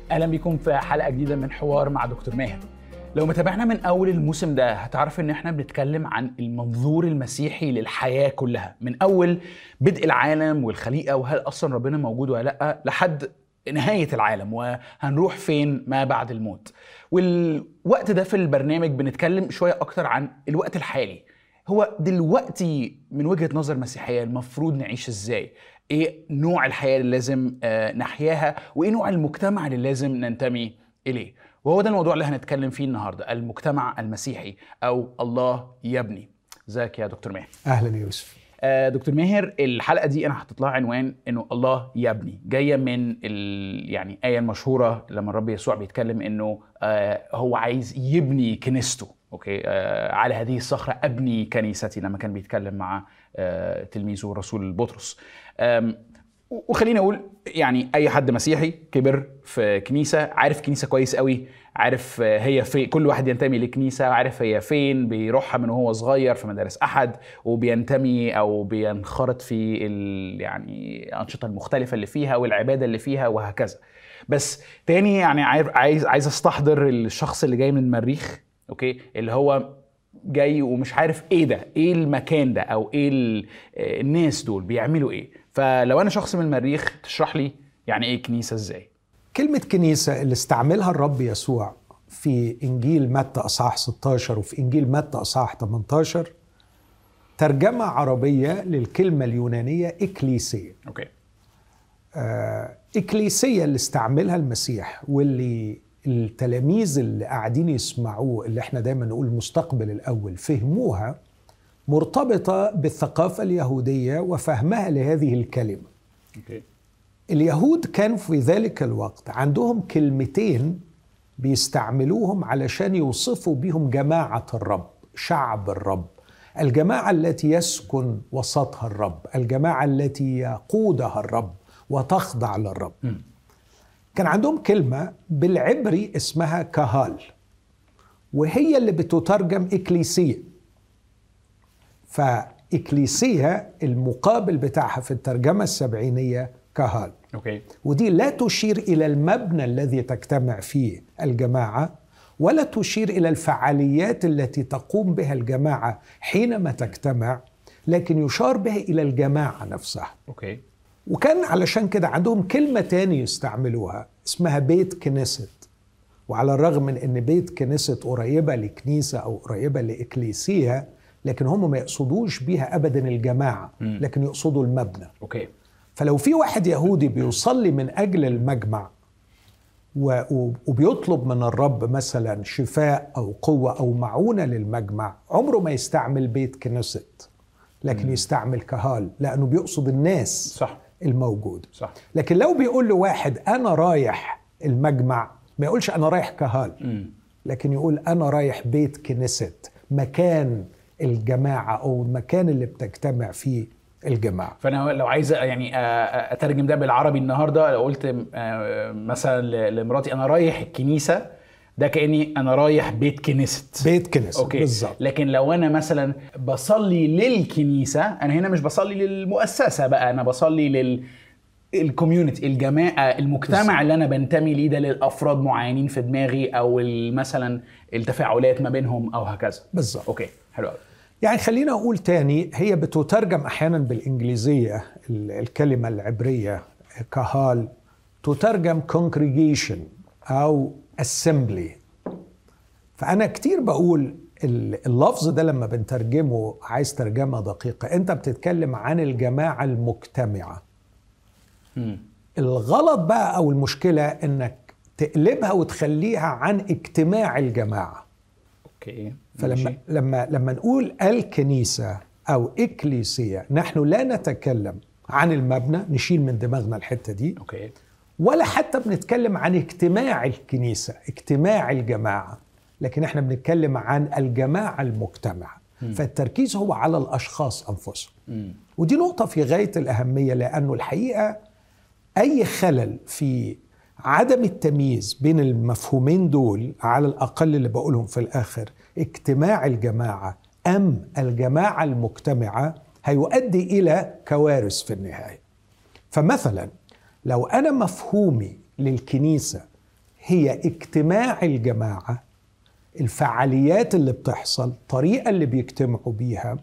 اهلا بيكم في حلقه جديده من حوار مع دكتور ماهر. لو متابعنا من اول الموسم ده هتعرف ان احنا بنتكلم عن المنظور المسيحي للحياه كلها، من اول بدء العالم والخليقه وهل اصلا ربنا موجود ولا لا، لحد نهايه العالم وهنروح فين ما بعد الموت. والوقت ده في البرنامج بنتكلم شويه اكتر عن الوقت الحالي. هو دلوقتي من وجهه نظر مسيحيه المفروض نعيش ازاي؟ ايه نوع الحياه اللي لازم نحياها، وايه نوع المجتمع اللي لازم ننتمي اليه؟ وهو ده الموضوع اللي هنتكلم فيه النهارده، المجتمع المسيحي او الله يبني. ازيك يا دكتور ماهر؟ اهلا يوسف. دكتور ماهر، الحلقه دي انا حاطط لها عنوان انه الله يبني، جايه من يعني ايه المشهوره لما الرب يسوع بيتكلم انه هو عايز يبني كنيسته. اوكي، على هذه الصخره ابني كنيستي، لما كان بيتكلم مع تلميذه الرسول بطرس. وخليني اقول يعني اي حد مسيحي كبر في كنيسه عارف كنيسه كويس قوي، عارف هي في كل واحد ينتمي لكنيسه، عارف هي فين، بيروحها من وهو صغير في مدارس احد، وبينتمي او بينخرط في يعني الانشطه المختلفه اللي فيها والعباده اللي فيها وهكذا. بس تاني يعني عايز استحضر الشخص اللي جاي من المريخ، اوكي، اللي هو جاي ومش عارف ايه ده، ايه المكان ده، او ايه الناس دول بيعملوا ايه. فلو انا شخص من المريخ تشرح لي يعني ايه كنيسة ازاي؟ كلمة كنيسة اللي استعملها الرب يسوع في إنجيل متى أصحاح 16 وفي إنجيل متى أصحاح 18 ترجمة عربية للكلمة اليونانية إكليسية. اوكي. إكليسية اللي استعملها المسيح واللي التلاميذ اللي قاعدين يسمعوه، اللي احنا دايما نقول المستقبل الأول، فهموها مرتبطة بالثقافة اليهودية وفهمها لهذه الكلمة. اوكي. اليهود كانوا في ذلك الوقت عندهم كلمتين بيستعملوهم علشان يوصفوا بيهم جماعة الرب، شعب الرب، الجماعة التي يسكن وسطها الرب، الجماعة التي يقودها الرب وتخضع للرب. كان عندهم كلمة بالعبري اسمها كهال، وهي اللي بتترجم إكليسية. فإكليسية المقابل بتاعها في الترجمة السبعينية كهال. اوكي. ودي لا تشير إلى المبنى الذي تجتمع فيه الجماعة، ولا تشير إلى الفعاليات التي تقوم بها الجماعة حينما تجتمع، لكن يشار بها إلى الجماعة نفسها. اوكي. وكان علشان كده عندهم كلمة تانية يستعملوها اسمها بيت كنيست. وعلى الرغم من أن بيت كنيست قريبة لكنيسة أو قريبة لإكليسية، لكن هم ما يقصدوش بيها أبدا الجماعة، لكن يقصدوا المبنى. اوكي. فلو في واحد يهودي بيصلي من أجل المجمع وبيطلب من الرب مثلا شفاء أو قوة أو معونة للمجمع، عمره ما يستعمل بيت كنيست، لكن يستعمل كهال، لأنه بيقصد الناس. صح. الموجود. صح. لكن لو بيقول لواحد أنا رايح المجمع، ما يقولش أنا رايح كهال، لكن يقول أنا رايح بيت كنيست، مكان الجماعة أو المكان اللي بتجتمع فيه الجماعة. فأنا لو عايز يعني أترجم ده بالعربي النهاردة، لو قلت مثلا لمراتي أنا رايح الكنيسة، ده كأني أنا رايح بيت كنيست. بيت كنيست. أوكي. بالظبط. لكن لو أنا مثلا بصلي للكنيسة، أنا هنا مش بصلي للمؤسسة بقى، أنا بصلي الكوميونتي، الجماعة، المجتمع بالزبط. اللي أنا بنتمي ليه، ده للأفراد معينين في دماغي أو مثلا التفاعلات ما بينهم أو هكذا. بالظبط. أوكي، حلو قوي. يعني خلينا أقول تاني، هي بتترجم أحيانا بالإنجليزية، الكلمة العبرية كهال تترجم congregation أو assembly. فأنا كتير بقول اللفظ ده لما بنترجمه عايز ترجمة دقيقة، أنت بتتكلم عن الجماعة المجتمعة. الغلط بقى أو المشكلة إنك تقلبها وتخليها عن اجتماع الجماعة. أوكي. فلما نقول الكنيسة أو إكليسية، نحن لا نتكلم عن المبنى، نشيل من دماغنا الحتة دي. أوكي. ولا حتى بنتكلم عن اجتماع الكنيسة، اجتماع الجماعة، لكن احنا بنتكلم عن الجماعة المجتمعة. فالتركيز هو على الأشخاص أنفسهم. ودي نقطة في غاية الأهمية، لأنه الحقيقة أي خلل في عدم التمييز بين المفهومين دول، على الأقل اللي بقولهم في الآخر، اجتماع الجماعة أم الجماعة المجتمعة، هيؤدي إلى كوارث في النهاية. فمثلا لو أنا مفهومي للكنيسة هي اجتماع الجماعة، الفعاليات اللي بتحصل، الطريقة اللي بيجتمعوا بيها،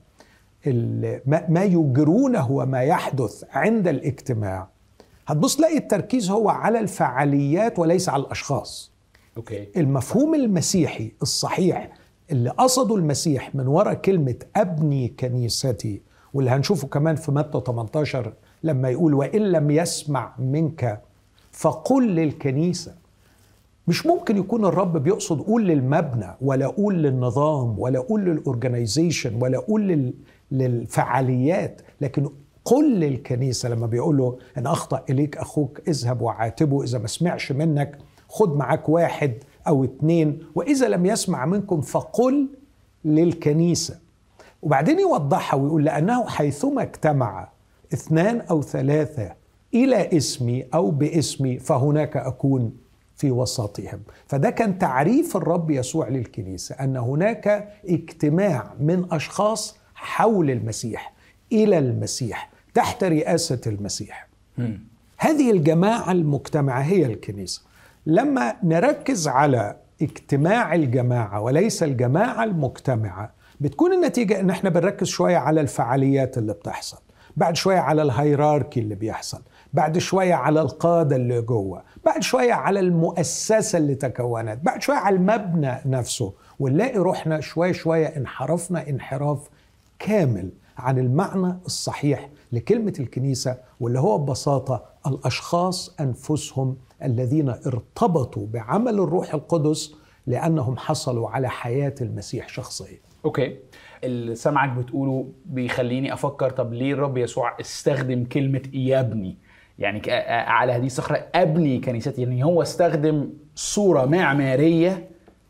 ما يجرونه وما يحدث عند الاجتماع. هتبص تلاقي التركيز هو على الفعاليات وليس على الأشخاص. المفهوم المسيحي الصحيح اللي قصده المسيح من وراء كلمة أبني كنيستي، واللي هنشوفه كمان في متى 18 لما يقول وإن لم يسمع منك فقل للكنيسة. مش ممكن يكون الرب بيقصد قول للمبنى، ولا قول للنظام، ولا قول للأورجنايزيشن، ولا قول للفعاليات، لكن قل للكنيسة. لما بيقول له إن أخطأ إليك أخوك اذهب وعاتبه، إذا ما سمعش منك خد معاك 1 أو 2، وإذا لم يسمع منكم فقل للكنيسة. وبعدين يوضحها ويقول لأنه حيثما اجتمع 2 أو 3 إلى اسمي أو باسمي فهناك أكون في وسطهم. فده كان تعريف الرب يسوع للكنيسة، أن هناك اجتماع من أشخاص حول المسيح إلى المسيح تحت رئاسة المسيح. هذه الجماعة المجتمعة هي الكنيسة. لما نركز على اجتماع الجماعة وليس الجماعة المجتمعة، بتكون النتيجة ان احنا بنركز شوية على الفعاليات اللي بتحصل، بعد شوية على الهيراركي اللي بيحصل، بعد شوية على القادة اللي جوه، بعد شوية على المؤسسة اللي تكونت، بعد شوية على المبنى نفسه، ونلاقي روحنا شوية شوية انحرفنا انحراف كامل عن المعنى الصحيح لكلمة الكنيسة، واللي هو ببساطة الأشخاص أنفسهم الذين ارتبطوا بعمل الروح القدس لأنهم حصلوا على حياة المسيح شخصيا. أوكي، اللي سمعك بتقوله بيخليني أفكر، طب ليه الرب يسوع استخدم كلمة يبني؟ يعني على هذه الصخرة أبني كنيستي، يعني هو استخدم صورة معمارية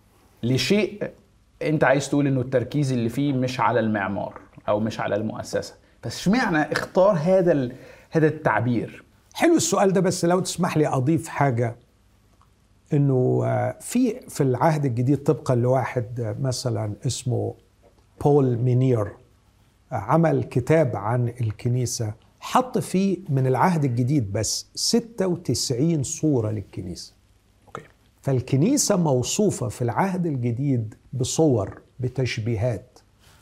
لشيء أنت عايز تقول إنه التركيز اللي فيه مش على المعمار أو مش على المؤسسة، بس اشمعنى اختار هذا التعبير؟ حلو السؤال ده، بس لو تسمح لي أضيف حاجة، إنه في العهد الجديد طبقا لواحد مثلا اسمه بول مينير عمل كتاب عن الكنيسة، حط فيه من العهد الجديد بس 96 صورة للكنيسة. أوكي. فالكنيسة موصوفة في العهد الجديد بصور، بتشبيهات،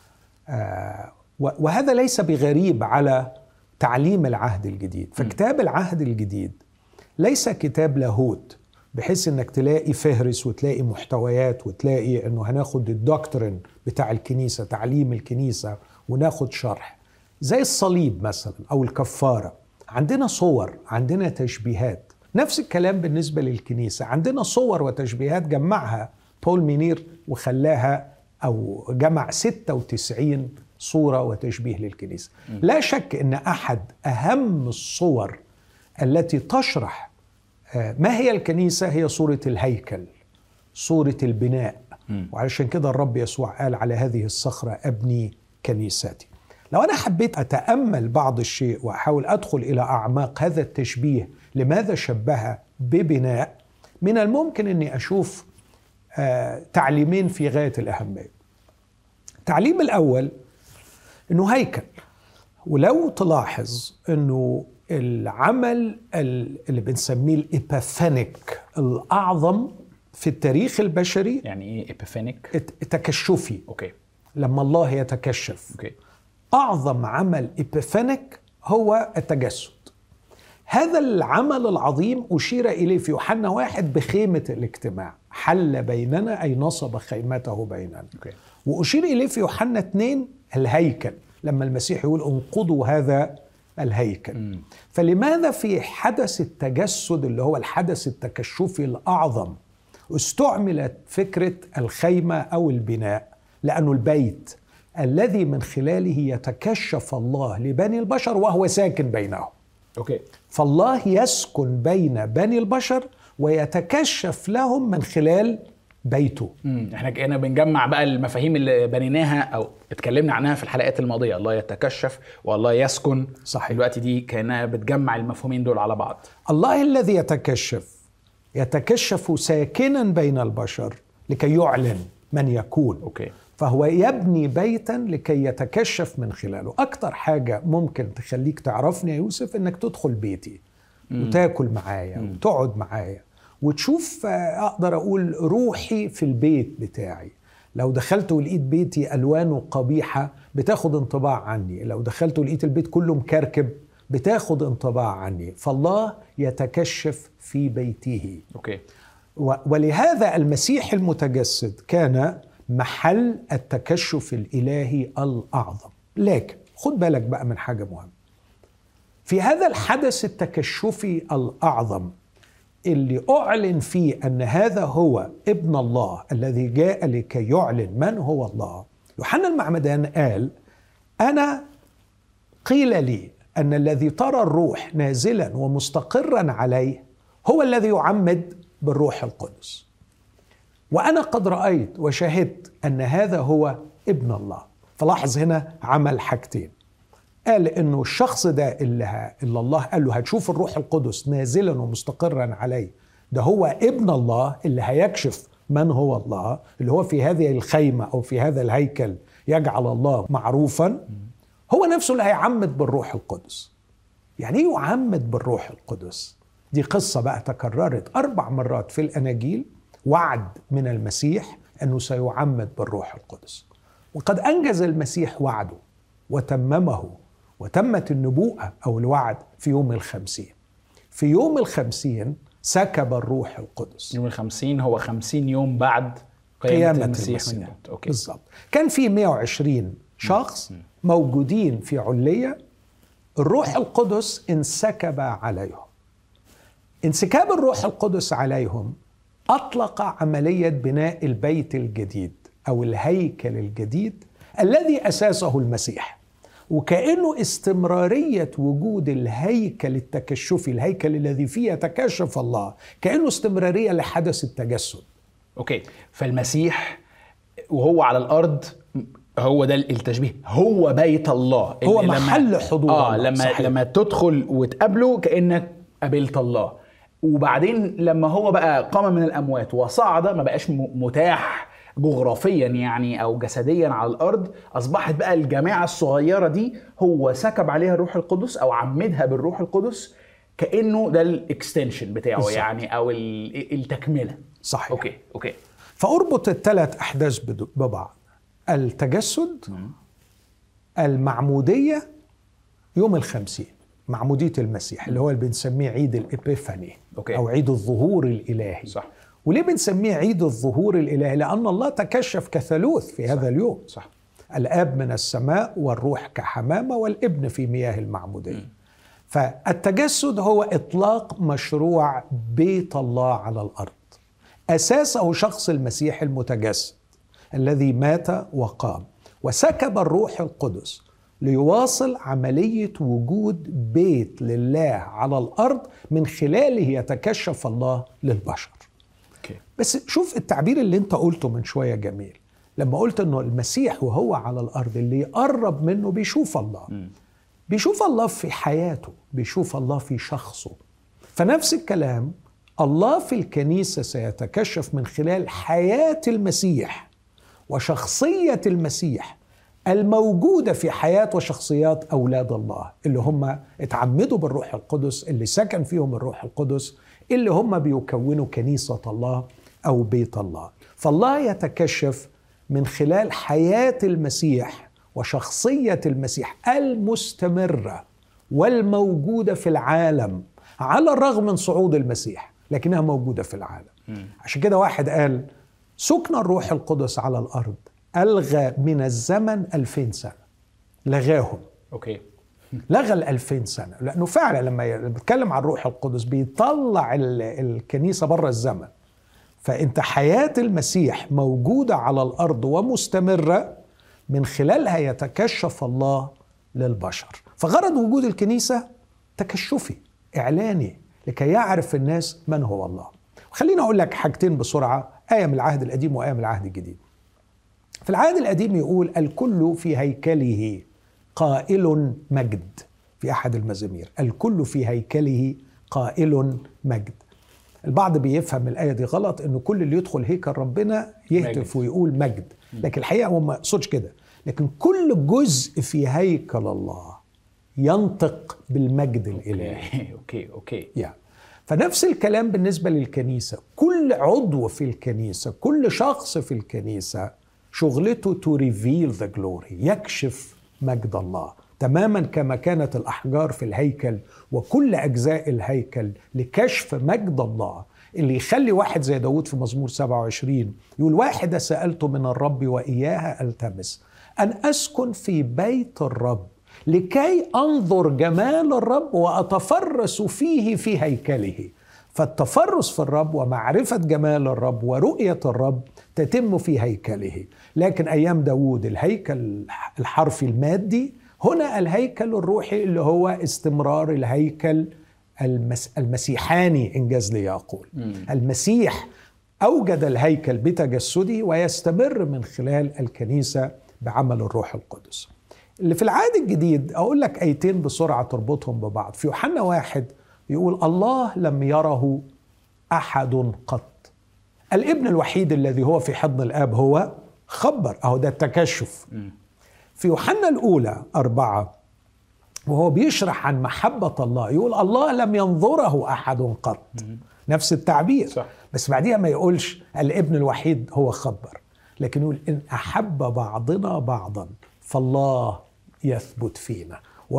وهذا ليس بغريب على تعليم العهد الجديد. فكتاب العهد الجديد ليس كتاب لاهوت بحيث انك تلاقي فهرس وتلاقي محتويات وتلاقي انه هناخد الدكترين بتاع الكنيسة، تعليم الكنيسة، وناخد شرح زي الصليب مثلا او الكفارة. عندنا صور، عندنا تشبيهات. نفس الكلام بالنسبة للكنيسة، عندنا صور وتشبيهات جمعها بول مينير وخلاها أو جمع 96 صورة وتشبيه للكنيسة. لا شك أن أحد أهم الصور التي تشرح ما هي الكنيسة هي صورة الهيكل، صورة البناء. وعلشان كده الرب يسوع قال على هذه الصخرة أبني كنيستي. لو أنا حبيت أتأمل بعض الشيء وأحاول أدخل إلى أعماق هذا التشبيه، لماذا شبه ببناء، من الممكن أني أشوف تعليمين في غاية الأهمية. التعليم الأول أنه هيكل، ولو تلاحظ أنه العمل اللي بنسميه الإبافانيك الأعظم في التاريخ البشري. يعني إيه إبافانيك؟ تكشفي. أوكي. لما الله يتكشف. أوكي. أعظم عمل إبافانيك هو التجسد. هذا العمل العظيم أشير إليه في يوحنا 1 بخيمة الاجتماع، حل بيننا أي نصب خيمته بيننا. أوكي. وأشير إليه في يوحنا 2 الهيكل، لما المسيح يقول انقضوا هذا الهيكل. فلماذا في حدث التجسد اللي هو الحدث التكشفي الأعظم استعملت فكرة الخيمة أو البناء؟ لأنه البيت الذي من خلاله يتكشف الله لبني البشر وهو ساكن بينهم. أوكي. فالله يسكن بين بني البشر ويتكشف لهم من خلال بيته. احنا كأننا بنجمع بقى المفاهيم اللي بنيناها أو اتكلمنا عنها في الحلقات الماضية، الله يتكشف والله يسكن. صحيح. دلوقتي دي كأنها بتجمع المفهومين دول على بعض. الله الذي يتكشف ساكنا بين البشر لكي يعلن من يكون. أوكي. فهو يبني بيتا لكي يتكشف من خلاله. أكتر حاجة ممكن تخليك تعرفني يا يوسف إنك تدخل بيتي وتاكل معايا وتقعد معايا وتشوف أقدر أقول روحي في البيت بتاعي. لو دخلت ولقيت بيتي ألوانه قبيحة بتاخد انطباع عني، لو دخلت ولقيت البيت كله مكركب بتاخد انطباع عني. فالله يتكشف في بيته. ولهذا المسيح المتجسد كان محل التكشف الإلهي الأعظم. لكن خد بالك بقى من حاجة مهمة في هذا الحدث التكشفي الأعظم اللي أعلن فيه أن هذا هو ابن الله الذي جاء لكي يعلن من هو الله. يوحنا المعمدان قال: أنا قيل لي أن الذي ترى الروح نازلا ومستقرا عليه هو الذي يعمد بالروح القدس، وأنا قد رأيت وشهدت أن هذا هو ابن الله. فلاحظ هنا عمل حاجتين. قال إنه الشخص ده اللي الله قال له هتشوف الروح القدس نازلا ومستقرا عليه، ده هو ابن الله اللي هيكشف من هو الله، اللي هو في هذه الخيمة أو في هذا الهيكل يجعل الله معروفا. هو نفسه اللي هيعمد بالروح القدس. يعني ايه يعمد بالروح القدس؟ دي قصة بقى تكررت 4 مرات في الأناجيل، وعد من المسيح أنه سيعمد بالروح القدس، وقد أنجز المسيح وعده وتممه، وتمت النبوءة أو الوعد في يوم 50. في يوم 50 سكب الروح القدس. يوم 50 هو 50 يوم بعد قيامة المسيح. بالضبط. كان في 120 شخص موجودين في علية، الروح القدس انسكب عليهم. انسكاب الروح القدس عليهم أطلق عملية بناء البيت الجديد أو الهيكل الجديد الذي أساسه المسيح، وكأنه استمرارية وجود الهيكل التكشفي، الهيكل الذي فيه يتكشف الله، كأنه استمرارية لحدث التجسد. فالمسيح وهو على الأرض هو ده التشبيه، هو بيت الله، هو محل حضور الله. لما تدخل وتقابله كأنك قابلت الله. وبعدين لما هو بقى قام من الأموات وصعد، ما بقاش متاح جغرافيا يعني أو جسديا على الأرض، أصبحت بقى الجماعة الصغيرة دي هو سكب عليها الروح القدس أو عمدها بالروح القدس، كأنه ده الاكستنشن بتاعه بالزبط. يعني أو التكملة. صحيح. أوكي. فأربط الثلاث أحداث ببعض: التجسد، المعمودية، يوم 50 معمودية المسيح اللي هو اللي بنسميه عيد الإبيفاني أو عيد الظهور الإلهي. صح. وليه بنسميه عيد الظهور الإلهي؟ لأن الله تكشف كثالوث في هذا اليوم. صح. الآب من السماء والروح كحمامة والابن في مياه المعمودية. فالتجسد هو إطلاق مشروع بيت الله على الأرض، أساسه شخص المسيح المتجسد الذي مات وقام، وسكب الروح القدس ليواصل عملية وجود بيت لله على الأرض من خلاله يتكشف الله للبشر. بس شوف التعبير اللي انت قلته من شوية جميل، لما قلت انه المسيح وهو على الأرض اللي يقرب منه بيشوف الله. بيشوف الله في حياته، بيشوف الله في شخصه. فنفس الكلام الله في الكنيسة سيتكشف من خلال حياة المسيح وشخصية المسيح الموجودة في حياة وشخصيات أولاد الله اللي هم اتعمدوا بالروح القدس، اللي سكن فيهم الروح القدس، اللي هم بيكونوا كنيسة الله أو بيت الله. فالله يتكشف من خلال حياة المسيح وشخصية المسيح المستمرة والموجودة في العالم على الرغم من صعود المسيح، لكنها موجودة في العالم. عشان كده واحد قال: سكن الروح القدس على الأرض ألغى من الزمن 2000 سنة. لغاهم. لغى 2000 سنة، لأنه فعلا لما بيتكلم عن الروح القدس بيطلع الكنيسة بره الزمن. فأنت حياة المسيح موجودة على الأرض ومستمرة، من خلالها يتكشف الله للبشر. فغرض وجود الكنيسة تكشفي إعلاني لكي يعرف الناس من هو الله. خلينا أقول لك حاجتين بسرعة، آية من العهد القديم وآية من العهد الجديد. في العهد القديم يقول: الكل في هيكله قائل مجد. في أحد المزامير: الكل في هيكله قائل مجد. البعض بيفهم الآية دي غلط، إنه كل اللي يدخل هيكل ربنا يهتف ويقول مجد، لكن الحقيقة هو ما يقصدش كده. لكن كل جزء في هيكل الله ينطق بالمجد الإلهي. أوكي. يعني فنفس الكلام بالنسبة للكنيسة. كل عضو في الكنيسة، كل شخص في الكنيسة شغلته to reveal the glory، يكشف مجد الله، تماما كما كانت الأحجار في الهيكل وكل أجزاء الهيكل لكشف مجد الله، اللي يخلي واحد زي داود في مزمور 27 يقول: واحدة سألت من الرب وإياها ألتمس، أن أسكن في بيت الرب لكي أنظر جمال الرب وأتفرس فيه في هيكله. فالتفرس في الرب ومعرفة جمال الرب ورؤية الرب تتم في هيكله. لكن أيام داود الهيكل الحرفي المادي، هنا الهيكل الروحي اللي هو استمرار الهيكل المسيحاني إنجاز لي أقول. المسيح أوجد الهيكل بتجسده ويستمر من خلال الكنيسة بعمل الروح القدس. اللي في العهد الجديد أقول لك آيتين بسرعة تربطهم ببعض. في يوحنا 1 يقول: الله لم يره أحد قط، الابن الوحيد الذي هو في حضن الآب هو خبر. أهو ده التكشف. في يوحنا الأولى 4 وهو بيشرح عن محبة الله يقول: الله لم ينظره أحد قط. نفس التعبير صح. بس بعديها ما يقولش الابن الوحيد هو خبر، لكن يقول: إن أحب بعضنا بعضا فالله يثبت فينا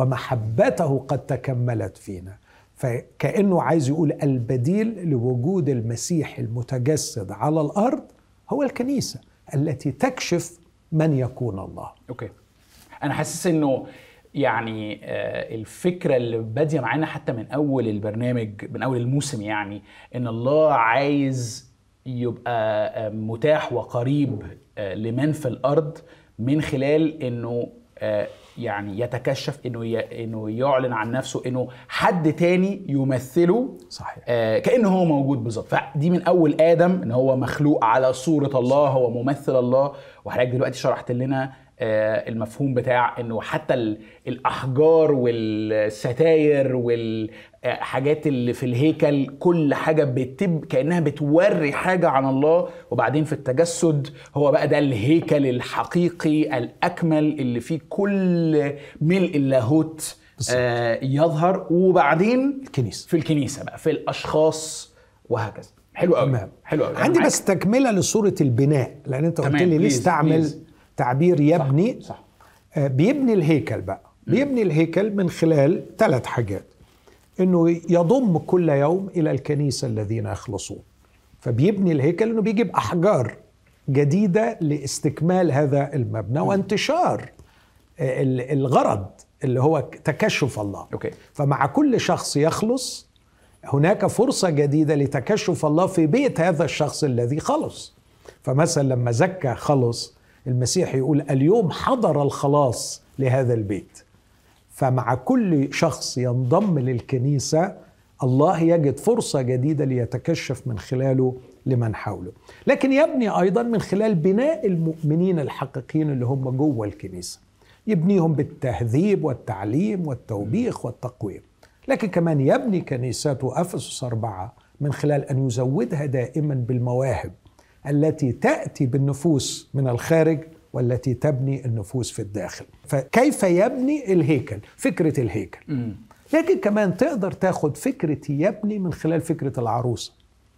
ومحبته قد تكملت فينا. فكأنه عايز يقول البديل لوجود المسيح المتجسد على الأرض هو الكنيسة التي تكشف من يكون الله. أوكي. أنا حاسس إنه يعني الفكرة اللي بادية معانا حتى من أول البرنامج، من أول الموسم، يعني إن الله عايز يبقى متاح وقريب لمن في الأرض من خلال إنه يعني يتكشف، إنه يعلن عن نفسه، إنه حد تاني يمثله. صحيح. كأنه هو موجود بالظبط. فدي من أول آدم، إن هو مخلوق على صورة الله، هو ممثل الله. وحضرتك دلوقتي شرحت لنا المفهوم بتاع انه حتى الاحجار والستاير والحاجات اللي في الهيكل كل حاجه كانها بتوري حاجه عن الله. وبعدين في التجسد هو بقى ده الهيكل الحقيقي الاكمل اللي فيه كل ملء اللاهوت يظهر. وبعدين الكنيسة، في الكنيسه بقى في الاشخاص وهكذا. حلو قوي. حلو قوي. عندي بس تكمله لصوره البناء، لان انت قلت لي ليه استعمل تعبير يبني. صح. بيبني الهيكل بقى. بيبني الهيكل من خلال 3 حاجات: انه يضم كل يوم الى الكنيسة الذين يخلصون. فبيبني الهيكل انه بيجيب احجار جديدة لاستكمال هذا المبنى وانتشار الغرض اللي هو تكشف الله. أوكي. فمع كل شخص يخلص هناك فرصة جديدة لتكشف الله في بيت هذا الشخص الذي خلص. فمثلا لما زكى خلص، المسيح يقول: اليوم حضر الخلاص لهذا البيت. فمع كل شخص ينضم للكنيسة الله يجد فرصة جديدة ليتكشف من خلاله لمن حوله. لكن يبني أيضا من خلال بناء المؤمنين الحقيقيين اللي هم جوه الكنيسة، يبنيهم بالتهذيب والتعليم والتوبيخ والتقويم. لكن كمان يبني كنيسته أفسس 4 من خلال أن يزودها دائما بالمواهب التي تأتي بالنفوس من الخارج والتي تبني النفوس في الداخل. فكيف يبني الهيكل؟ فكرة الهيكل. لكن كمان تقدر تاخد فكرة يبني من خلال فكرة العروسة،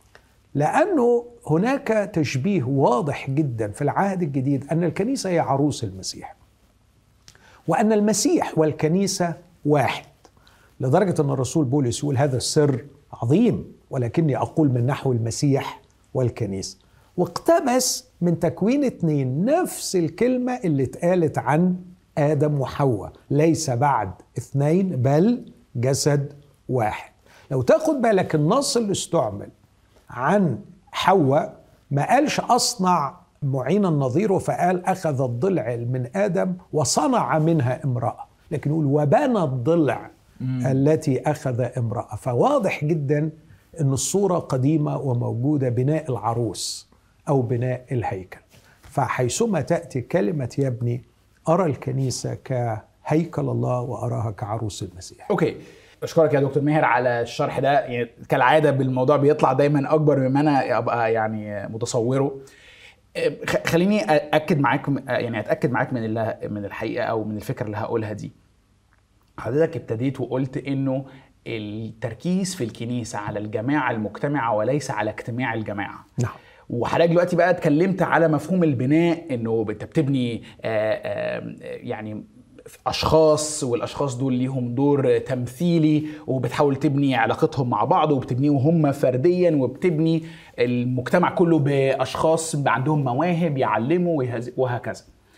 لأنه هناك تشبيه واضح جدا في العهد الجديد أن الكنيسة هي عروس المسيح، وأن المسيح والكنيسة واحد، لدرجة أن الرسول بولس يقول: هذا السر عظيم ولكني أقول من نحو المسيح والكنيسة. واقتبس من تكوين 2 نفس الكلمة اللي اتقالت عن آدم وحواء: ليس بعد 2 بل جسد واحد. لو تاخد بالك النص اللي استعمل عن حواء ما قالش أصنع معين النظير، فقال أخذ الضلع من آدم وصنع منها امرأة، لكن يقول وبنى الضلع التي أخذ امرأة. فواضح جدا أن الصورة قديمة وموجودة، بناء العروس أو بناء الهيكل. فحيثما تأتي كلمة يبني، أرى الكنيسة كهيكل الله وأراها كعروس المسيح. أوكي، أشكرك يا دكتور ماهر على الشرح ده. يعني كالعادة بالموضوع بيطلع دايما أكبر مما أنا أبقى يعني متصوره. خليني أتأكد معاك من الحقيقة أو من الفكرة اللي هقولها دي. حضرتك ابتديت وقلت إنه التركيز في الكنيسة على الجماعة المجتمعة وليس على اجتماع الجماعة. نعم. وحضرتك دلوقتي بقى اتكلمت على مفهوم البناء، انه انت بتبني يعني اشخاص، والاشخاص دول ليهم دور تمثيلي، وبتحاول تبني علاقتهم مع بعض، وبتبنيهم هم فرديا، وبتبني المجتمع كله باشخاص عندهم مواهب يعلموا وهكذا.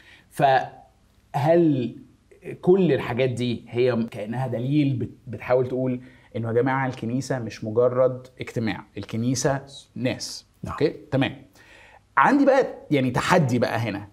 فهل كل الحاجات دي هي كأنها دليل بتحاول تقول انه يا جماعة الكنيسة مش مجرد اجتماع، الكنيسة ناس؟ اوكي تمام. عندي بقى يعني تحدي بقى هنا.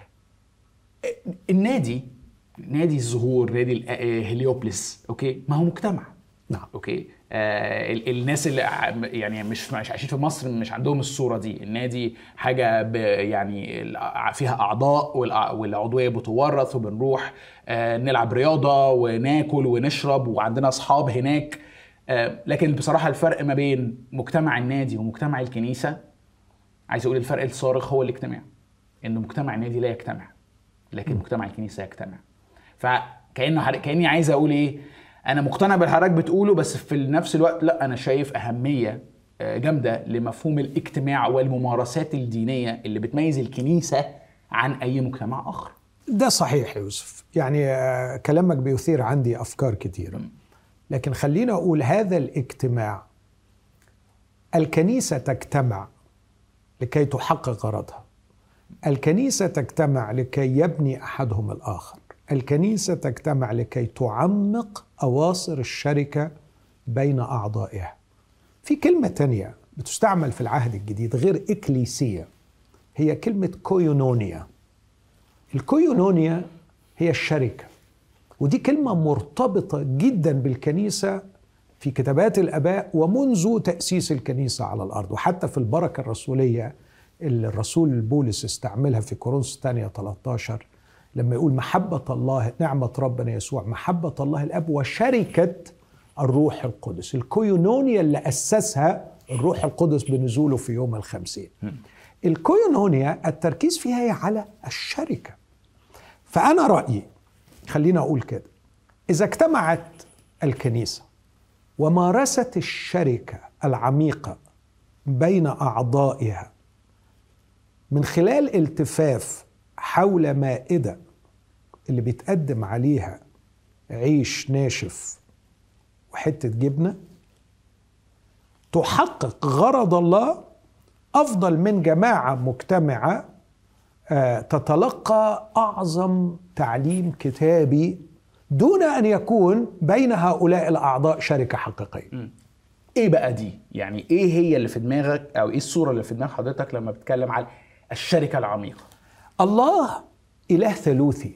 نادي الزهور، نادي هليوبلس، اوكي، ما هو مجتمع. نعم. اوكي. الناس اللي يعني مش عايشين في مصر مش عندهم الصورة دي. النادي حاجة يعني فيها أعضاء، والعضوية بتورث، وبنروح نلعب رياضة وناكل ونشرب، وعندنا أصحاب هناك. لكن بصراحة الفرق ما بين مجتمع النادي ومجتمع الكنيسة، عايز أقول الفرق الصارخ هو الاجتماع. إنه مجتمع النادي لا يجتمع، لكن مجتمع الكنيسة يجتمع. كأني عايز أقول إيه، أنا مقتنع بالحضرتك بتقوله، بس في نفس الوقت لا، أنا شايف أهمية جامدة لمفهوم الاجتماع والممارسات الدينية اللي بتميز الكنيسة عن أي مجتمع آخر. ده صحيح يا يوسف، يعني كلامك بيثير عندي أفكار كتيرة، لكن خلينا أقول هذا الاجتماع، الكنيسة تجتمع لكي تحقق غرضها، الكنيسة تجتمع لكي يبني أحدهم الآخر، الكنيسة تجتمع لكي تعمق أواصر الشركة بين أعضائها. في كلمة تانية بتستعمل في العهد الجديد غير إكليسية، هي كلمة كويونونيا. الكويونونيا هي الشركة، ودي كلمة مرتبطة جدا بالكنيسة في كتابات الآباء ومنذ تأسيس الكنيسة على الأرض، وحتى في البركة الرسولية اللي الرسول بولس استعملها في كورنثوس الثانية 13 لما يقول محبة الله، نعمة ربنا يسوع، محبة الله الأب وشركة الروح القدس. الكويونونيا اللي أسسها الروح القدس بنزوله في يوم الخمسين. الكويونونيا التركيز فيها هي على الشركة. فأنا رأيي، خلينا أقول كده، إذا اجتمعت الكنيسة ومارست الشركة العميقة بين أعضائها من خلال التفاف حول مائدة اللي بيتقدم عليها عيش ناشف وحتة جبنة، تحقق غرض الله أفضل من جماعة مجتمعة تتلقى أعظم تعليم كتابي دون أن يكون بين هؤلاء الأعضاء شركة حقيقية. إيه بقى دي؟ يعني إيه هي اللي في دماغك، أو إيه الصورة اللي في دماغ حضرتك لما بتكلم على الشركة العميقة؟ الله إله ثالوثي،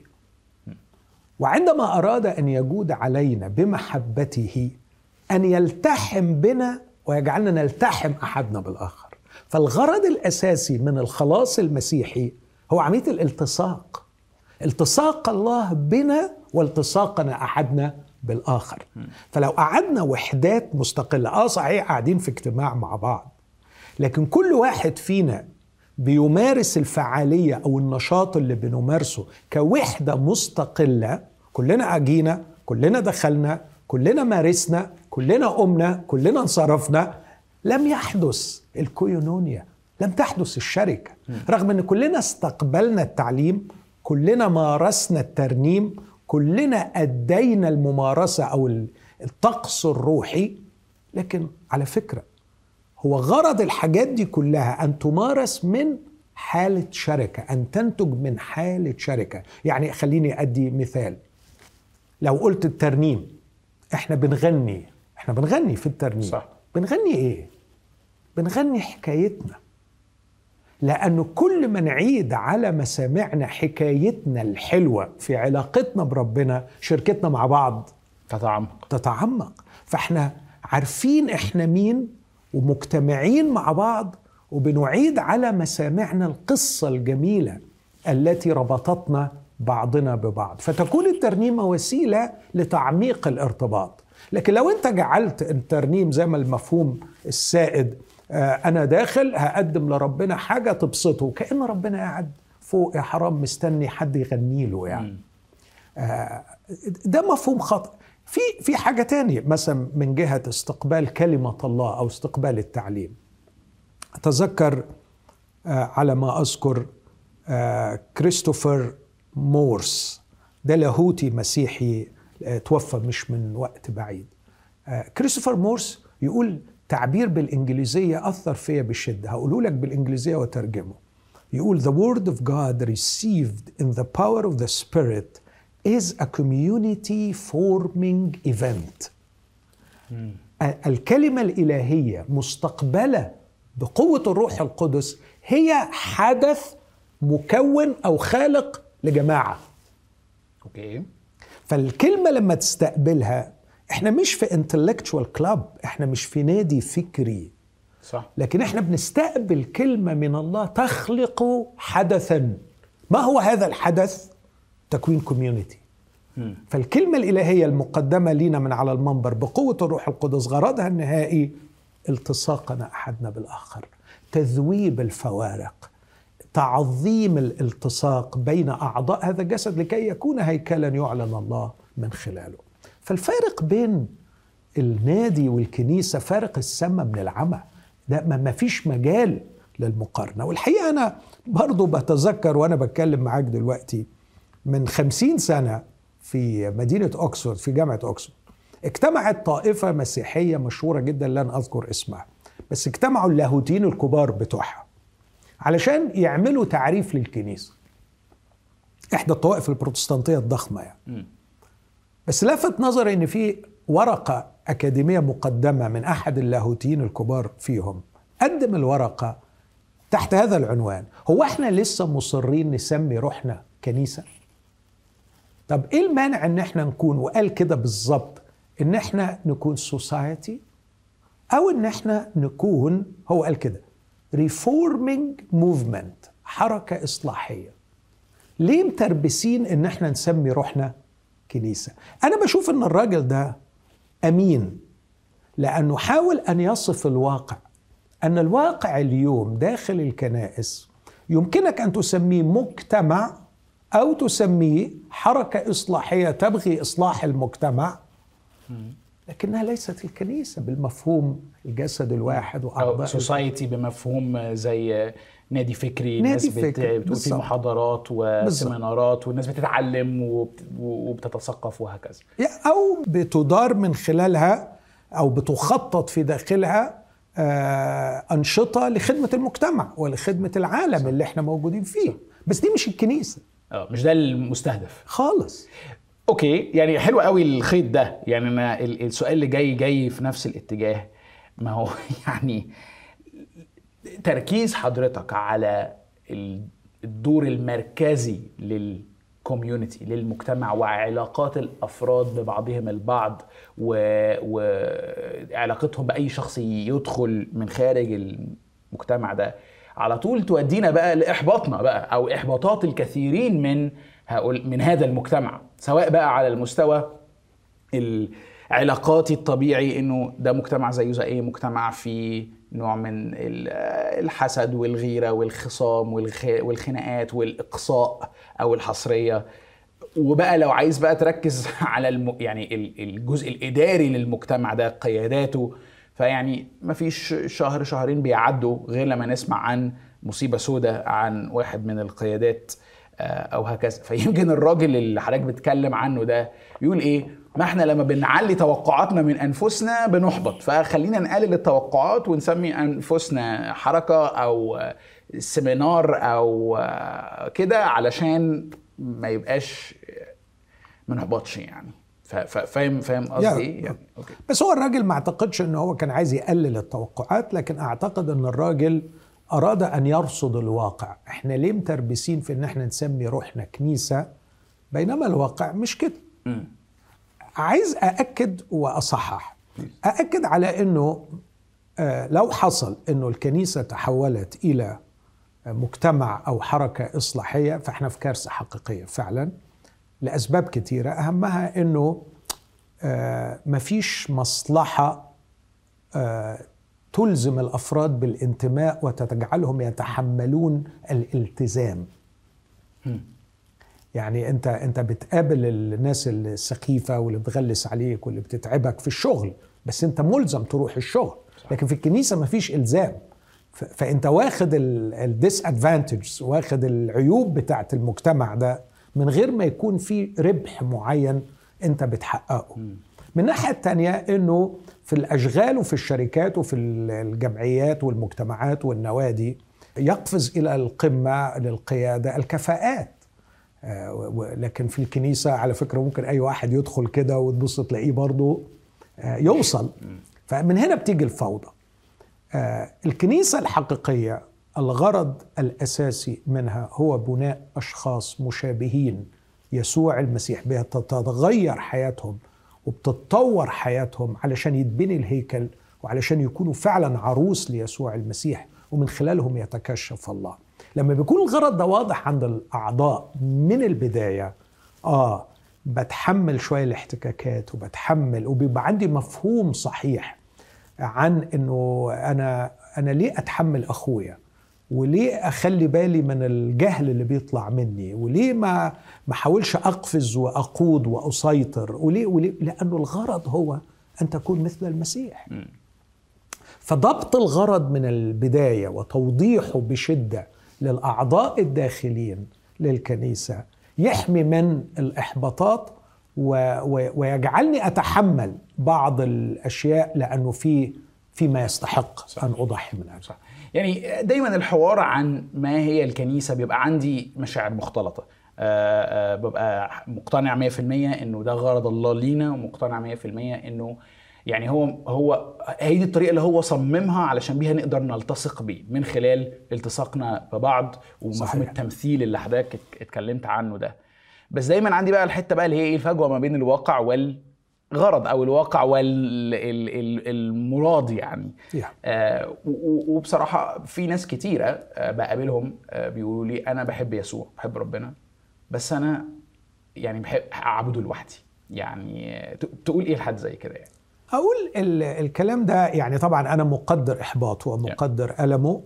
وعندما أراد أن يجود علينا بمحبته أن يلتحم بنا ويجعلنا نلتحم أحدنا بالآخر. فالغرض الأساسي من الخلاص المسيحي هو عملية الالتصاق، التصاق الله بنا والتصاقنا أحدنا بالآخر. فلو قعدنا وحدات مستقلة، صحيح قاعدين في اجتماع مع بعض، لكن كل واحد فينا بيمارس الفعالية أو النشاط اللي بنمارسه كوحدة مستقلة، كلنا أجينا، كلنا دخلنا، كلنا مارسنا، كلنا قمنا، كلنا انصرفنا، لم يحدث الكويونونيا، لم تحدث الشركة. رغم أن كلنا استقبلنا التعليم، كلنا مارسنا الترنيم، كلنا أدينا الممارسة أو الطقس الروحي، لكن على فكرة هو غرض الحاجات دي كلها أن تمارس من حالة شركة، أن تنتج من حالة شركة. يعني خليني أدي مثال، لو قلت الترنيم، احنا بنغني في الترنيم، صح. بنغني ايه؟ بنغني حكايتنا، لأنه كل ما نعيد على مسامعنا حكايتنا الحلوة في علاقتنا بربنا، شركتنا مع بعض تتعمق. فاحنا عارفين احنا مين ومجتمعين مع بعض، وبنعيد على مسامعنا القصة الجميلة التي ربطتنا بعضنا ببعض، فتكون الترنيمة وسيلة لتعميق الارتباط. لكن لو انت جعلت الترنيم زي ما المفهوم السائد، أنا داخل هقدم لربنا حاجة تبسطه، كأن ربنا قاعد فوق يا حرام مستني حد يغني له يعني. ده مفهوم خطأ. في حاجة تانية مثلا من جهة استقبال كلمة الله أو استقبال التعليم. أتذكر على ما أذكر كريستوفر مورس، ده لاهوتي مسيحي توفى مش من وقت بعيد. كريستوفر مورس يقول تعبير بالإنجليزية أثر فيا بشدة، هقوله لك بالإنجليزية وترجمه. يقول The word of God received in the power of the Spirit is a community forming event. الكلمة الإلهية مستقبلة بقوة الروح القدس هي حدث مكون أو خالق لجماعة. اوكي. فالكلمة لما تستقبلها، احنا مش في intellectual club، احنا مش في نادي فكري، صح، لكن احنا بنستقبل كلمة من الله تخلق حدثا. ما هو هذا الحدث؟ تكوين كوميونيتي. فالكلمة الإلهية المقدمة لنا من على المنبر بقوة الروح القدس غرضها النهائي التصاقنا أحدنا بالآخر، تذويب الفوارق، تعظيم الالتصاق بين أعضاء هذا الجسد لكي يكون هيكلا يعلن الله من خلاله. فالفارق بين النادي والكنيسة فارق السماء من العمى، ده ما فيش مجال للمقارنة. والحقيقة أنا برضو بتذكر وأنا بتكلم معاك دلوقتي من 50 سنة في مدينة أكسفورد في جامعة أكسفورد اجتمعت طائفة مسيحية مشهورة جدا لن أذكر اسمها، بس اجتمعوا اللاهوتيين الكبار بتوعها علشان يعملوا تعريف للكنيسة، إحدى الطوائف البروتستانتية الضخمة يعني. بس لفت نظري إن في ورقة أكاديمية مقدمة من أحد اللاهوتيين الكبار فيهم، قدم الورقة تحت هذا العنوان: هو إحنا لسه مصرين نسمي روحنا كنيسة؟ طب إيه المانع إن إحنا نكون، وقال كده بالظبط، إن إحنا نكون سوسايتي أو إن إحنا نكون، هو قال كده reforming movement، حركة إصلاحية. ليه متربسين إن إحنا نسمي روحنا كنيسة؟ أنا بشوف إن الراجل ده أمين، لأنه حاول أن يصف الواقع، أن الواقع اليوم داخل الكنائس يمكنك أن تسميه مجتمع أو تسميه حركة إصلاحية تبغي إصلاح المجتمع، لكنها ليست الكنيسة بالمفهوم الجسد الواحد وأعضاء، أو سوسايتي بمفهوم زي نادي فكري، الناس بتقول فيه محاضرات وسيمينارات والناس بتتعلم وبتتثقف وهكذا، أو بتدار من خلالها أو بتخطط في داخلها أنشطة لخدمة المجتمع ولخدمة العالم. صح. اللي احنا موجودين فيه. صح. بس دي مش الكنيسة، مش ده المستهدف خالص. اوكي، يعني حلو قوي الخيط ده. يعني انا السؤال اللي جاي في نفس الاتجاه. ما هو يعني تركيز حضرتك على الدور المركزي للكوميونتي، للمجتمع، وعلاقات الافراد ببعضهم البعض وعلاقتهم باي شخص يدخل من خارج المجتمع ده، على طول تودينا بقى لاحباطنا بقى، او احباطات الكثيرين من هذا المجتمع، سواء بقى على المستوى العلاقاتي الطبيعي، انه ده مجتمع زيه زي اي مجتمع فيه نوع من الحسد والغيرة والخصام والخناقات والإقصاء أو الحصرية. وبقى لو عايز بقى تركز على يعني الجزء الإداري للمجتمع ده، قياداته، فيعني مفيش شهر شهرين بيعدوا غير لما نسمع عن مصيبة سودة عن واحد من القيادات أو هكذا. فيمكن الراجل اللي حضرتك بتكلم عنه ده يقول إيه؟ ما احنا لما بنعلي توقعاتنا من أنفسنا بنحبط، فخلينا نقلل التوقعات ونسمي أنفسنا حركة أو سيمينار أو كده علشان ما يبقاش ما نحبطش يعني. فاهم قصدي ايه يعني. أوكي. بس هو الراجل ما اعتقدش ان هو كان عايز يقلل التوقعات، لكن اعتقد ان الراجل اراد ان يرصد الواقع. احنا ليه متربسين في ان احنا نسمي روحنا كنيسة بينما الواقع مش كده. عايز أأكد وأصحح. أأكد على أنه لو حصل أنه الكنيسة تحولت إلى مجتمع أو حركة إصلاحية فإحنا في كارثة حقيقية فعلا، لأسباب كثيرة، أهمها أنه مفيش مصلحة تلزم الأفراد بالانتماء وتجعلهم يتحملون الالتزام. يعني انت بتقابل الناس السخيفة واللي بتغلس عليك واللي بتتعبك في الشغل، بس انت ملزم تروح الشغل. لكن في الكنيسة مفيش إلزام، فانت واخد الديس ادفانتجز، واخد العيوب بتاعت المجتمع ده من غير ما يكون في ربح معين انت بتحققه. من الناحية التانية انه في الاشغال وفي الشركات وفي الجمعيات والمجتمعات والنوادي يقفز الى القمة للقيادة الكفاءات. لكن في الكنيسة على فكرة ممكن اي واحد يدخل كده وتبص تلاقيه برضو يوصل. فمن هنا بتيجي الفوضى. الكنيسة الحقيقية الغرض الأساسي منها هو بناء أشخاص مشابهين يسوع المسيح، بتتغير حياتهم وبتتطور حياتهم علشان يتبني الهيكل وعلشان يكونوا فعلا عروس ليسوع المسيح، ومن خلالهم يتكشف الله. لما بيكون الغرض ده واضح عند الأعضاء من البداية، بتحمل شوية الاحتكاكات وبيبقى عندي مفهوم صحيح عن انه انا ليه اتحمل اخويا، وليه اخلي بالي من الجهل اللي بيطلع مني، وليه ما احاولش اقفز واقود واسيطر، وليه لانه الغرض هو ان تكون مثل المسيح. فضبط الغرض من البداية وتوضيحه بشدة للأعضاء الداخلين للكنيسة يحمي من الإحباطات ويجعلني أتحمل بعض الأشياء لأنه فيما يستحق أن أضحي من أجله. يعني دايما الحوار عن ما هي الكنيسة بيبقى عندي مشاعر مختلطة. ببقى مقتنع 100% إنه ده غرض الله لينا، ومقتنع 100% إنه يعني هو هي دي الطريقة اللي هو صممها علشان بيها نقدر نلتصق بيه من خلال التصاقنا ببعض ومفهوم التمثيل اللي حضرتك اتكلمت عنه ده. بس دايما عندي بقى الحتة بقى اللي هي ايه الفجوة ما بين الواقع والغرض، او الواقع والمراد يعني. وبصراحة في ناس كتيرة بقابلهم بيقولوا لي انا بحب يسوع، بحب ربنا، بس انا يعني بحب اعبده لوحدي. يعني تقول ايه لحد زي كده؟ يعني اقول الكلام ده يعني طبعا انا مقدر احباطه ومقدر ألمه،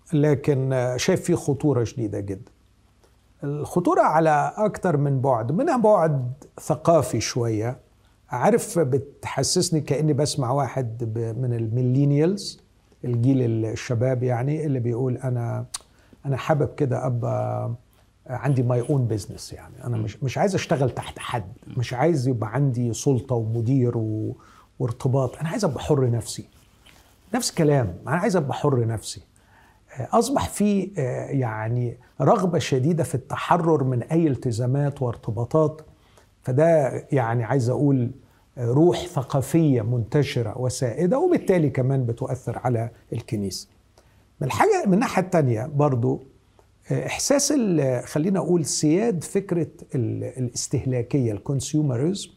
لكن شايف فيه خطورة شديدة جدا. الخطورة على أكتر من بعد، منها بعد ثقافي شوية، عارف بتحسسني كأني بسمع واحد من الميلينيالز، الجيل الشباب يعني، اللي بيقول أنا حابب كده أبقى عندي ماي اون بيزنس. يعني أنا مش عايز أشتغل تحت حد، مش عايز يبقى عندي سلطة ومدير وارتباط، أنا عايز أبقى حر نفسي. نفس كلام، أنا عايز أبقى حر نفسي. أصبح في يعني رغبة شديدة في التحرر من أي التزامات وارتباطات. فده يعني عايز أقول روح ثقافية منتشرة وسائدة، وبالتالي كمان بتؤثر على الكنيسة. من الناحية التانية برضو إحساس خلينا أقول سياد فكرة الاستهلاكية، الكونسيومرزم،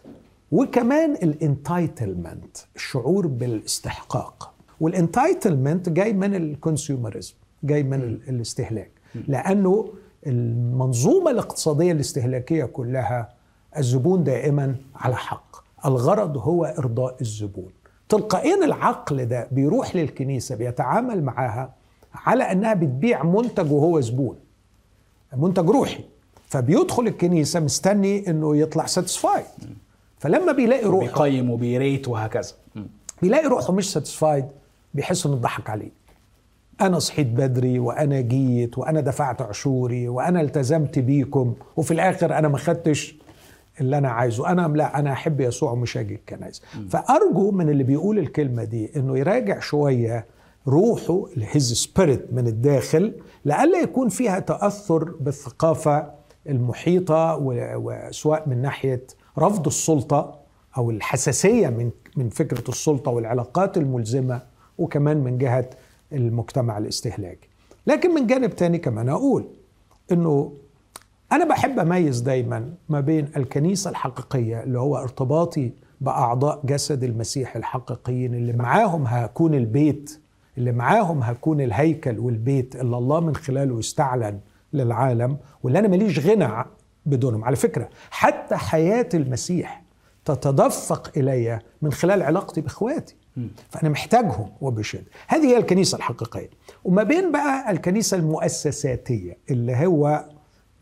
وكمان الانتايتلمنت، الشعور بالاستحقاق. والانتايتلمنت جاي من الكونسيومرزم، جاي من الاستهلاك، لأنه المنظومة الاقتصادية الاستهلاكية كلها الزبون دائما على حق، الغرض هو إرضاء الزبون. تلقائيا العقل ده بيروح للكنيسة بيتعامل معها على أنها بتبيع منتج وهو زبون، منتج روحي، فبيدخل الكنيسة مستني أنه يطلع ساتسفايد. فلما بيلاقي روحه بيقيم وبيريت وهكذا، بيلاقي روحه مش ساتسفايد، بيحس انه ضحك عليه. انا صحيت بدري، وانا جيت، وانا دفعت عشوري، وانا التزمت بيكم، وفي الاخر انا ما خدتش اللي انا عايزه. انا احب يسوع ومش هاجي الكنائس. فارجو من اللي بيقول الكلمه دي انه يراجع شويه روحه، his spirit من الداخل، لألا يكون فيها تأثر بالثقافه المحيطه، وسواء من ناحيه رفض السلطه أو الحساسية من فكرة السلطة والعلاقات الملزمة، وكمان من جهة المجتمع الاستهلاكي. لكن من جانب تاني كمان أقول إنه أنا بحب أميز دايما ما بين الكنيسة الحقيقية اللي هو ارتباطي بأعضاء جسد المسيح الحقيقيين، اللي معاهم هكون البيت، اللي معاهم هكون الهيكل والبيت اللي الله من خلاله يستعلن للعالم، واللي أنا ماليش غنى بدونهم. على فكرة حتى حياة المسيح تتدفق إلي من خلال علاقتي بإخواتي، فأنا محتاجهم وبشدة. هذه هي الكنيسة الحقيقية. وما بين بقى الكنيسة المؤسساتية اللي هو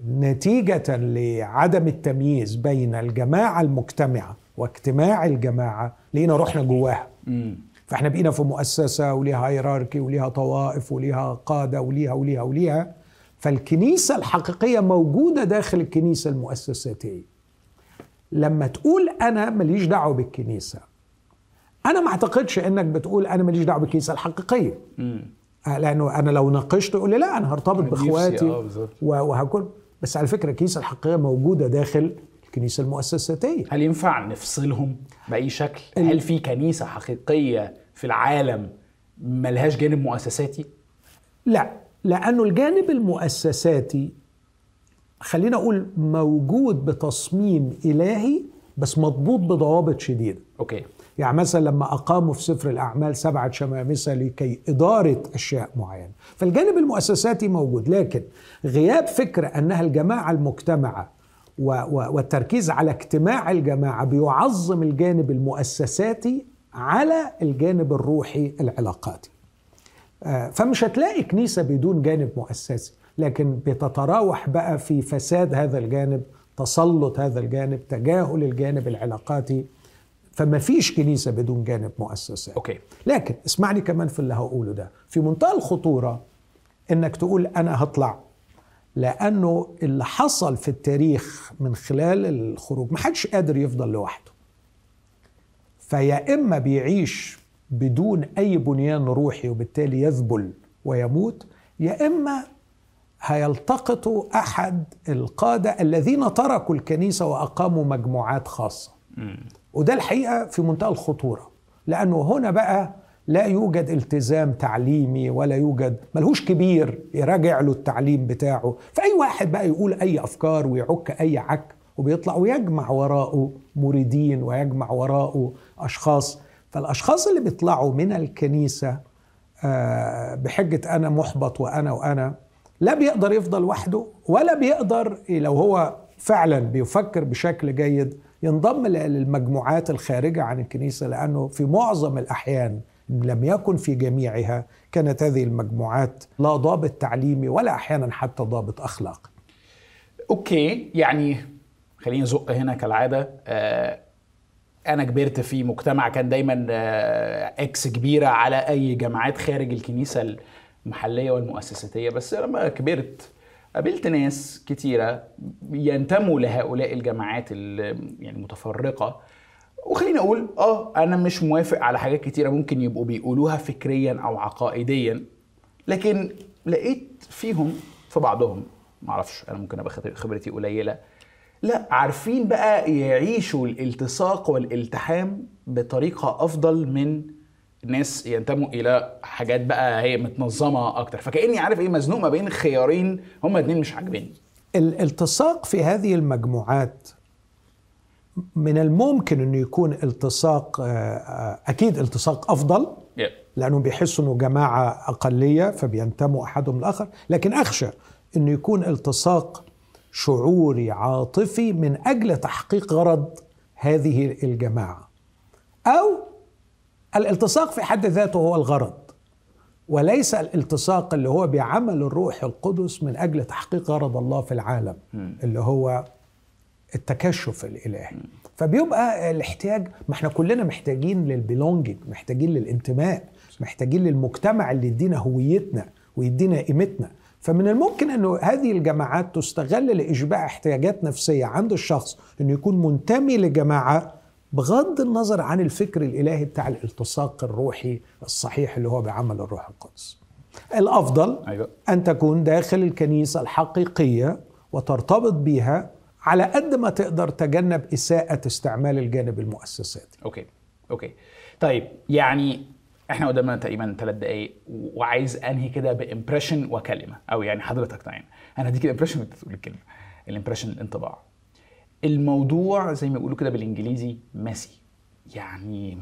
نتيجة لعدم التمييز بين الجماعة المجتمعة واجتماع الجماعة لقينا روحنا جواها. فاحنا بقينا في مؤسسة وليها هيراركي وليها طوائف وليها قادة وليها. فالكنيسة الحقيقية موجودة داخل الكنيسة المؤسساتية. لما تقول أنا ماليش دعوة بالكنيسة، أنا ما أعتقدش أنك بتقول أنا ماليش دعوة بالكنيسة الحقيقية. لأنه أنا لو ناقشت يقول لي لا أنا هرتبط بإخواتي وهكون. بس على فكرة الكنيسة الحقيقية موجودة داخل الكنيسة المؤسساتية. هل ينفع نفصلهم بأي شكل؟ هل في كنيسة حقيقية في العالم ملهاش جانب مؤسساتي؟ لا، لأنه الجانب المؤسساتي خلينا أقول موجود بتصميم إلهي بس مضبوط بضوابط شديدة. أوكي. يعني مثلا لما أقاموا في سفر الأعمال 7 شمامسة لكي إدارة أشياء معينة، فالجانب المؤسساتي موجود، لكن غياب فكرة أنها الجماعة المجتمعة والتركيز على اجتماع الجماعة بيعظم الجانب المؤسساتي على الجانب الروحي العلاقاتي. فمش هتلاقي كنيسة بدون جانب مؤسسي، لكن بتتراوح بقى في فساد هذا الجانب، تسلط هذا الجانب، تجاهل الجانب العلاقاتي. فما فيش كنيسة بدون جانب مؤسسي. أوكي. لكن اسمعني كمان في اللي هقوله ده، في منتهى الخطورة انك تقول انا هطلع، لانه اللي حصل في التاريخ من خلال الخروج محدش قادر يفضل لوحده. فيا اما بيعيش بدون اي بنيان روحي وبالتالي يذبل ويموت، يا اما هيلتقطوا احد القادة الذين تركوا الكنيسة واقاموا مجموعات خاصة. وده الحقيقة في منتهى الخطورة، لأنه هنا بقى لا يوجد التزام تعليمي ولا يوجد ملهوش كبير يراجع له التعليم بتاعه. فأي واحد بقى يقول أي أفكار ويعك أي عك وبيطلع ويجمع وراءه مريدين ويجمع وراءه أشخاص. فالأشخاص اللي بيطلعوا من الكنيسة بحجة أنا محبط وأنا لا بيقدر يفضل وحده، ولا بيقدر لو هو فعلا بيفكر بشكل جيد ينضم للمجموعات الخارجة عن الكنيسة، لأنه في معظم الأحيان لم يكن في جميعها كانت هذه المجموعات لا ضابط تعليمي ولا أحيانا حتى ضابط أخلاقي. أوكي، يعني خليني أزق هنا كالعادة. أنا كبرت في مجتمع كان دايما إكس كبيرة على أي جماعات خارج الكنيسة المحلية والمؤسساتية، بس لما كبرت قابلت ناس كتيرة ينتموا لهؤلاء الجماعات يعني متفرقة، وخليني أقول أنا مش موافق على حاجات كتيرة ممكن يبقوا بيقولوها فكريا أو عقائديا، لكن لقيت فيهم في بعضهم، معرفش أنا ممكن أبقى خبرتي قليلة، لا عارفين بقى يعيشوا الالتصاق والالتحام بطريقة أفضل من الناس ينتموا الى حاجات بقى هي متنظمه اكتر. فكأني عارف مزنوق ما بين خيارين هما اتنين مش عاجبيني. الالتصاق في هذه المجموعات من الممكن انه يكون التصاق، اكيد التصاق افضل لانه بيحسوا انه جماعه اقليه فبينتموا احدهم الاخر، لكن اخشى انه يكون التصاق شعوري عاطفي من اجل تحقيق غرض هذه الجماعه، او الالتصاق في حد ذاته هو الغرض وليس الالتصاق اللي هو بعمل الروح القدس من أجل تحقيق غرض الله في العالم اللي هو التكشف الإلهي. فبيبقى الاحتياج، ما احنا كلنا محتاجين للبيلونجينج، محتاجين للانتماء، محتاجين للمجتمع اللي يدينا هويتنا ويدينا قيمتنا. فمن الممكن أنه هذه الجماعات تستغل لإشباع احتياجات نفسية عند الشخص أنه يكون منتمي لجماعة بغض النظر عن الفكر الإلهي بتاع الالتصاق الروحي الصحيح اللي هو بعمل الروح القدس. الأفضل أن تكون داخل الكنيسة الحقيقية وترتبط بها على قد ما تقدر، تجنب إساءة استعمال الجانب المؤسساتي. أوكي. طيب يعني احنا قدامنا تقريبا 3 دقايق وعايز انهي كده بإمبريشن وكلمة، او يعني حضرتك يعني انا هديك الإمبريشن وانت تقول الكلمة. الإمبريشن الانطباع. الموضوع زي ما بيقولوا كده بالانجليزي ماسي، يعني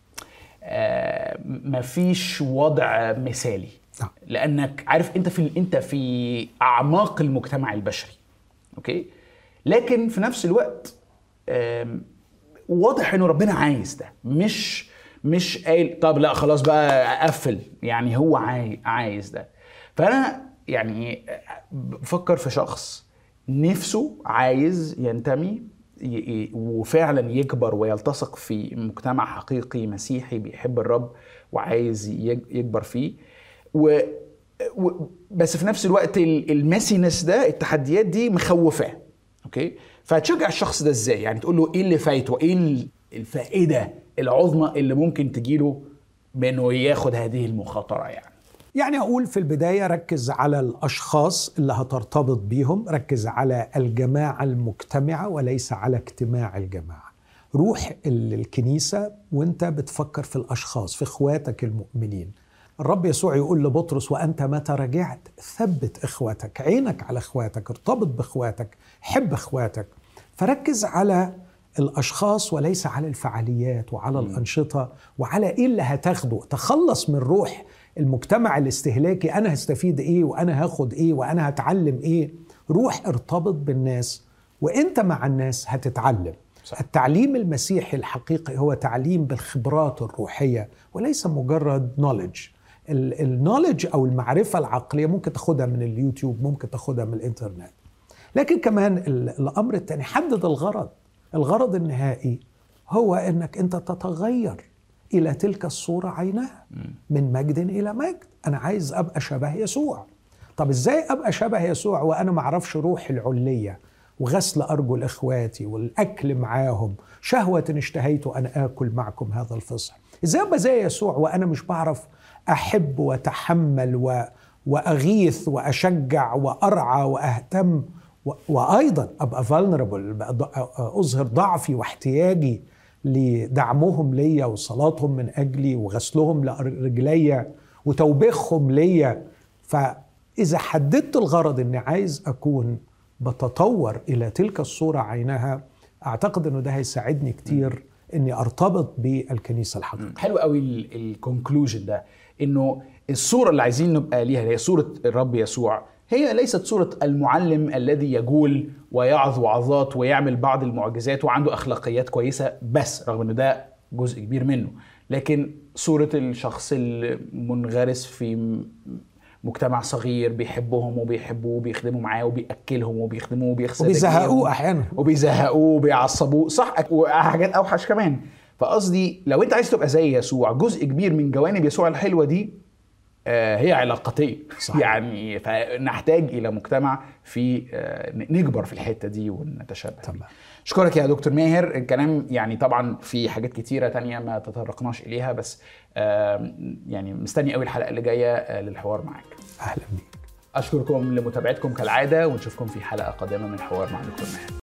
مفيش وضع مثالي، لانك عارف انت في اعماق المجتمع البشري. اوكي، لكن في نفس الوقت واضح انه ربنا عايز ده، مش قايل طب لا خلاص بقى اقفل، يعني هو عايز ده. فانا يعني بفكر في شخص نفسه عايز ينتمي وفعلا يكبر ويلتصق في مجتمع حقيقي مسيحي بيحب الرب وعايز يكبر فيه بس في نفس الوقت المسينس ده، التحديات دي مخوفاه. اوكي، فتشجع الشخص ده ازاي؟ يعني تقول له ايه اللي فايته، ايه الفائده العظمى اللي ممكن تجيله بانه ياخد هذه المخاطره؟ يعني أقول في البداية ركز على الأشخاص اللي هترتبط بيهم، ركز على الجماعة المجتمعة وليس على اجتماع الجماعة. روح الكنيسة وانت بتفكر في الأشخاص، في إخواتك المؤمنين. الرب يسوع يقول لبطرس: وأنت متى رجعت ثبت إخواتك، عينك على إخواتك، ارتبط بإخواتك، حب إخواتك. فركز على الأشخاص وليس على الفعاليات وعلى الأنشطة وعلى إيه اللي هتاخده. تخلص من روح المجتمع الاستهلاكي، أنا هستفيد إيه وأنا هاخد إيه وأنا هتعلم إيه. روح ارتبط بالناس، وإنت مع الناس هتتعلم. صح. التعليم المسيحي الحقيقي هو تعليم بالخبرات الروحية وليس مجرد نوليدج. النوليدج أو المعرفة العقلية ممكن تاخدها من اليوتيوب، ممكن تاخدها من الإنترنت. لكن كمان الأمر الثاني، حدد الغرض. الغرض النهائي هو أنك أنت تتغير إلى تلك الصورة عينها، من مجد إلى مجد. أنا عايز أبقى شبه يسوع. طب إزاي أبقى شبه يسوع وأنا معرفش روح العلية وغسل أرجل إخواتي والأكل معاهم، شهوة اشتهيت أن آكل معكم هذا الفصح؟ إزاي أبقى زي يسوع وأنا مش بعرف أحب وأتحمل وأغيث وأشجع وأرعى وأهتم، وأيضا أبقى vulnerable، أظهر ضعفي واحتياجي لدعمهم ليا وصلاتهم من أجلي وغسلهم لرجلي وتوبيخهم ليا. فإذا حددت الغرض أني عايز أكون بتطور إلى تلك الصورة عينها، أعتقد أنه ده هيساعدني كتير أني أرتبط بالكنيسة الحقيقية. حلو قوي الكونكلوجن ده، أنه الصورة اللي عايزين نبقى ليها هي صورة الرب يسوع، هي ليست صورة المعلم الذي يجول ويعظ وعظات ويعمل بعض المعجزات وعنده أخلاقيات كويسة بس، رغم أنه ده جزء كبير منه، لكن صورة الشخص المنغرس في مجتمع صغير بيحبهم وبيحبوه وبيخدموا معاه وبيأكلهم وبيخدموه وبيغسل وبيزهقوه أحيانا وبيزهقوه وبيعصبوه، صح، وحاجات أوحش كمان. فقصدي لو أنت عايز تبقى زي يسوع، جزء كبير من جوانب يسوع الحلوة دي هي علاقتين. صحيح. يعني فنحتاج إلى مجتمع في نكبر في الحتة دي ونتشابه. تمام. أشكرك يا دكتور ماهر. الكلام يعني طبعا في حاجات كتيرة تانية ما تطرقناش إليها، بس يعني مستني قوي الحلقة اللي جاية للحوار معاك. أهلا بيك. أشكركم لمتابعتكم كالعادة، ونشوفكم في حلقة قادمة من حوار مع دكتور ماهر.